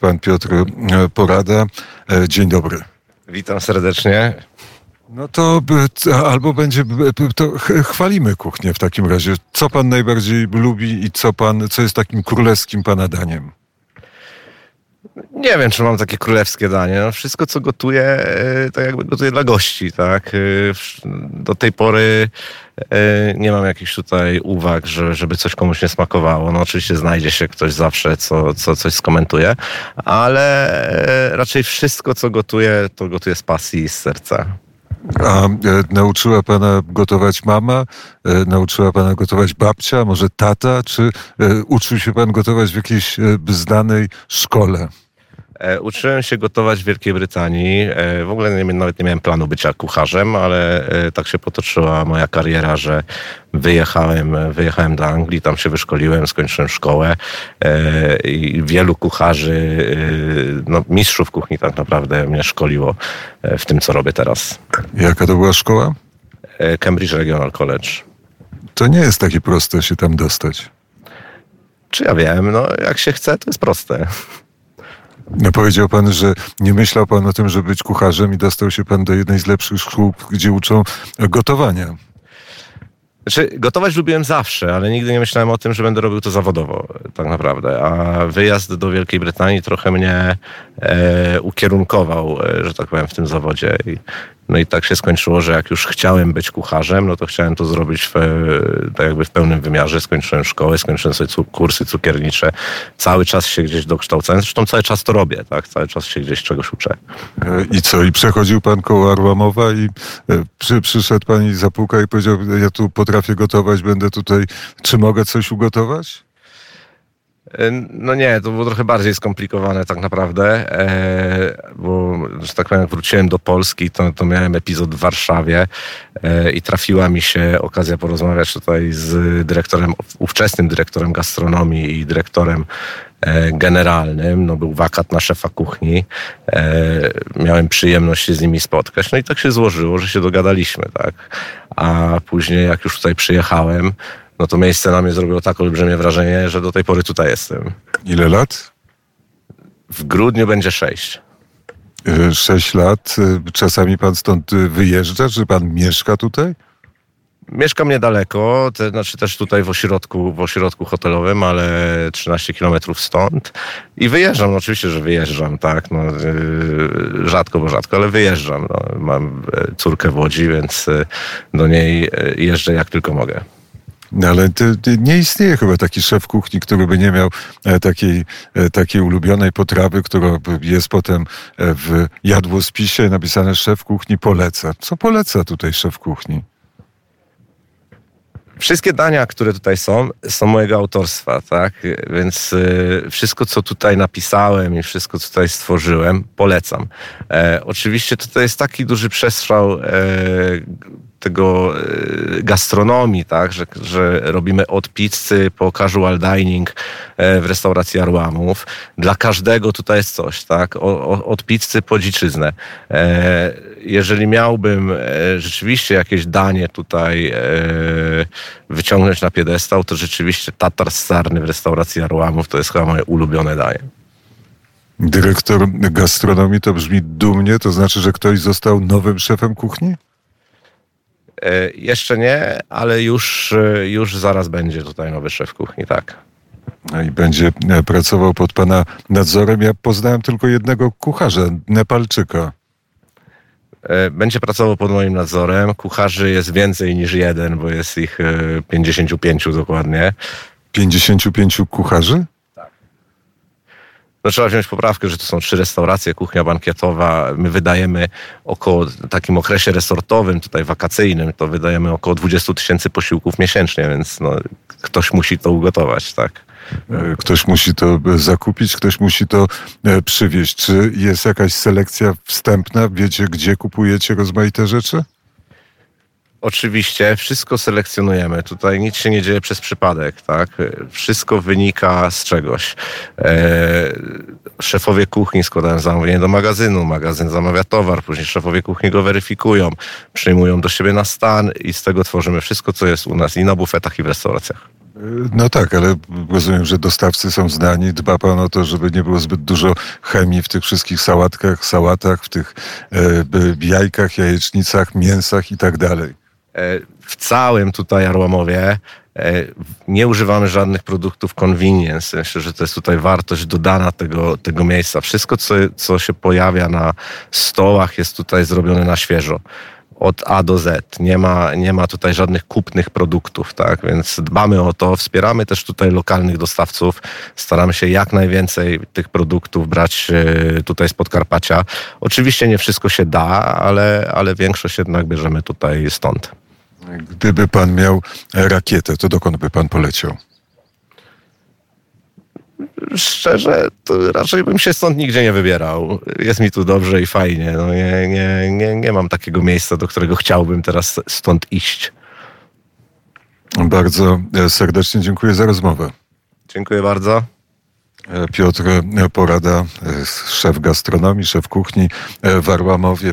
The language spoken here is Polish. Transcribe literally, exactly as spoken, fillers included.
pan Piotr Porada. Dzień dobry. Witam serdecznie. No to albo będzie, to chwalimy kuchnię w takim razie. Co pan najbardziej lubi i co pan, co jest takim królewskim pana daniem? Nie wiem, czy mam takie królewskie danie. No wszystko, co gotuję, to jakby gotuję dla gości, tak? Do tej pory nie mam jakichś tutaj uwag, że, żeby coś komuś nie smakowało. No oczywiście znajdzie się ktoś zawsze, co, co coś skomentuje, ale raczej wszystko, co gotuję, to gotuję z pasji i z serca. A e, nauczyła pana gotować mama? E, nauczyła pana gotować babcia? Może tata? Czy e, uczył się pan gotować w jakiejś e, znanej szkole? E, uczyłem się gotować w Wielkiej Brytanii. E, w ogóle nie, nawet nie miałem planu bycia kucharzem, ale e, tak się potoczyła moja kariera, że wyjechałem, wyjechałem do Anglii, tam się wyszkoliłem, skończyłem szkołę e, i wielu kucharzy, e, no, mistrzów kuchni tak naprawdę mnie szkoliło e, w tym, co robię teraz. Jaka to była szkoła? E, Cambridge Regional College. To nie jest takie proste się tam dostać. Czy ja wiem, no jak się chce, to jest proste. No, powiedział pan, że nie myślał pan o tym, żeby być kucharzem i dostał się pan do jednej z lepszych szkół, gdzie uczą gotowania. Znaczy, gotować lubiłem zawsze, ale nigdy nie myślałem o tym, że będę robił to zawodowo, tak naprawdę. A wyjazd do Wielkiej Brytanii trochę mnie e, ukierunkował, e, że tak powiem, w tym zawodzie. I, no i tak się skończyło, że jak już chciałem być kucharzem, no to chciałem to zrobić w, tak jakby w pełnym wymiarze. Skończyłem szkołę, skończyłem sobie cu- kursy cukiernicze. Cały czas się gdzieś dokształcałem. Zresztą cały czas to robię, tak? Cały czas się gdzieś czegoś uczę. I co? I przechodził pan koło Arłamowa i przy, przyszedł pan i zapukał i powiedział, ja tu potrafię gotować, będę tutaj, czy mogę coś ugotować? No nie, to było trochę bardziej skomplikowane tak naprawdę, e, bo, że tak powiem, jak wróciłem do Polski, to, to miałem epizod w Warszawie e, i trafiła mi się okazja porozmawiać tutaj z dyrektorem, ówczesnym dyrektorem gastronomii i dyrektorem e, generalnym. No był wakat na szefa kuchni. E, miałem przyjemność się z nimi spotkać. No i tak się złożyło, że się dogadaliśmy, tak. A później jak już tutaj przyjechałem, no to miejsce na mnie zrobiło tak olbrzymie wrażenie, że do tej pory tutaj jestem. Ile lat? W grudniu będzie sześć. Sześć lat. Czasami pan stąd wyjeżdża? Czy pan mieszka tutaj? Mieszkam niedaleko, to znaczy też tutaj w ośrodku, w ośrodku hotelowym, ale trzynaście kilometrów stąd. I wyjeżdżam, no oczywiście, że wyjeżdżam, tak, no, yy, rzadko, bo rzadko, ale wyjeżdżam. No. Mam córkę w Łodzi, więc do niej jeżdżę jak tylko mogę. No ale to, to nie istnieje chyba taki szef kuchni, który by nie miał takiej, takiej ulubionej potrawy, która jest potem w jadłospisie napisane szef kuchni poleca. Co poleca tutaj szef kuchni? Wszystkie dania, które tutaj są, są mojego autorstwa, tak? Więc y, wszystko, co tutaj napisałem i wszystko, co tutaj stworzyłem, polecam. E, oczywiście tutaj jest taki duży przestrzał e, tego e, gastronomii, tak? Że, że robimy od pizzy po casual dining e, w restauracji Arłamów. Dla każdego tutaj jest coś, tak? O, o, od pizzy po dziczyznę. E, jeżeli miałbym e, rzeczywiście jakieś danie tutaj e, wyciągnąć na piedestał, to rzeczywiście tatar sarny w restauracji Arłamów to jest chyba moje ulubione danie. Dyrektor gastronomii to brzmi dumnie, to znaczy, że ktoś został nowym szefem kuchni? E, jeszcze nie, ale już, już zaraz będzie tutaj nowy szef kuchni, tak. I będzie pracował pod pana nadzorem. Ja poznałem tylko jednego kucharza, Nepalczyka. Będzie pracował pod moim nadzorem. Kucharzy jest więcej niż jeden, bo jest ich pięćdziesięciu pięciu dokładnie. pięćdziesięciu pięciu kucharzy? Tak. No trzeba wziąć poprawkę, że to są trzy restauracje, kuchnia bankietowa. My wydajemy około, w takim okresie resortowym, tutaj wakacyjnym, to wydajemy około dwadzieścia tysięcy posiłków miesięcznie, więc no, ktoś musi to ugotować, tak. Ktoś musi to zakupić, ktoś musi to przywieźć. Czy jest jakaś selekcja wstępna? Wiecie, gdzie kupujecie rozmaite rzeczy? Oczywiście, wszystko selekcjonujemy. Tutaj nic się nie dzieje przez przypadek, tak? Wszystko wynika z czegoś. E, szefowie kuchni składają zamówienie do magazynu, magazyn zamawia towar, później szefowie kuchni go weryfikują, przyjmują do siebie na stan i z tego tworzymy wszystko, co jest u nas i na bufetach, i w restauracjach. No tak, ale rozumiem, że dostawcy są znani. Dba pan o to, żeby nie było zbyt dużo chemii w tych wszystkich sałatkach, sałatach, w tych e, jajkach, jajecznicach, mięsach i tak dalej. W całym tutaj Arłamowie nie używamy żadnych produktów convenience. Myślę, że to jest tutaj wartość dodana tego, tego miejsca. Wszystko, co, co się pojawia na stołach, jest tutaj zrobione na świeżo. Od A do Z. Nie ma, nie ma tutaj żadnych kupnych produktów, tak? Więc dbamy o to, wspieramy też tutaj lokalnych dostawców, staramy się jak najwięcej tych produktów brać tutaj z Podkarpacia. Oczywiście nie wszystko się da, ale, ale większość jednak bierzemy tutaj stąd. Gdyby pan miał rakietę, to dokąd by pan poleciał? Szczerze, to raczej bym się stąd nigdzie nie wybierał. Jest mi tu dobrze i fajnie. No nie, nie, nie, nie mam takiego miejsca, do którego chciałbym teraz stąd iść. Bardzo serdecznie dziękuję za rozmowę. Dziękuję bardzo. Piotr Porada, szef gastronomii, szef kuchni w Arłamowie.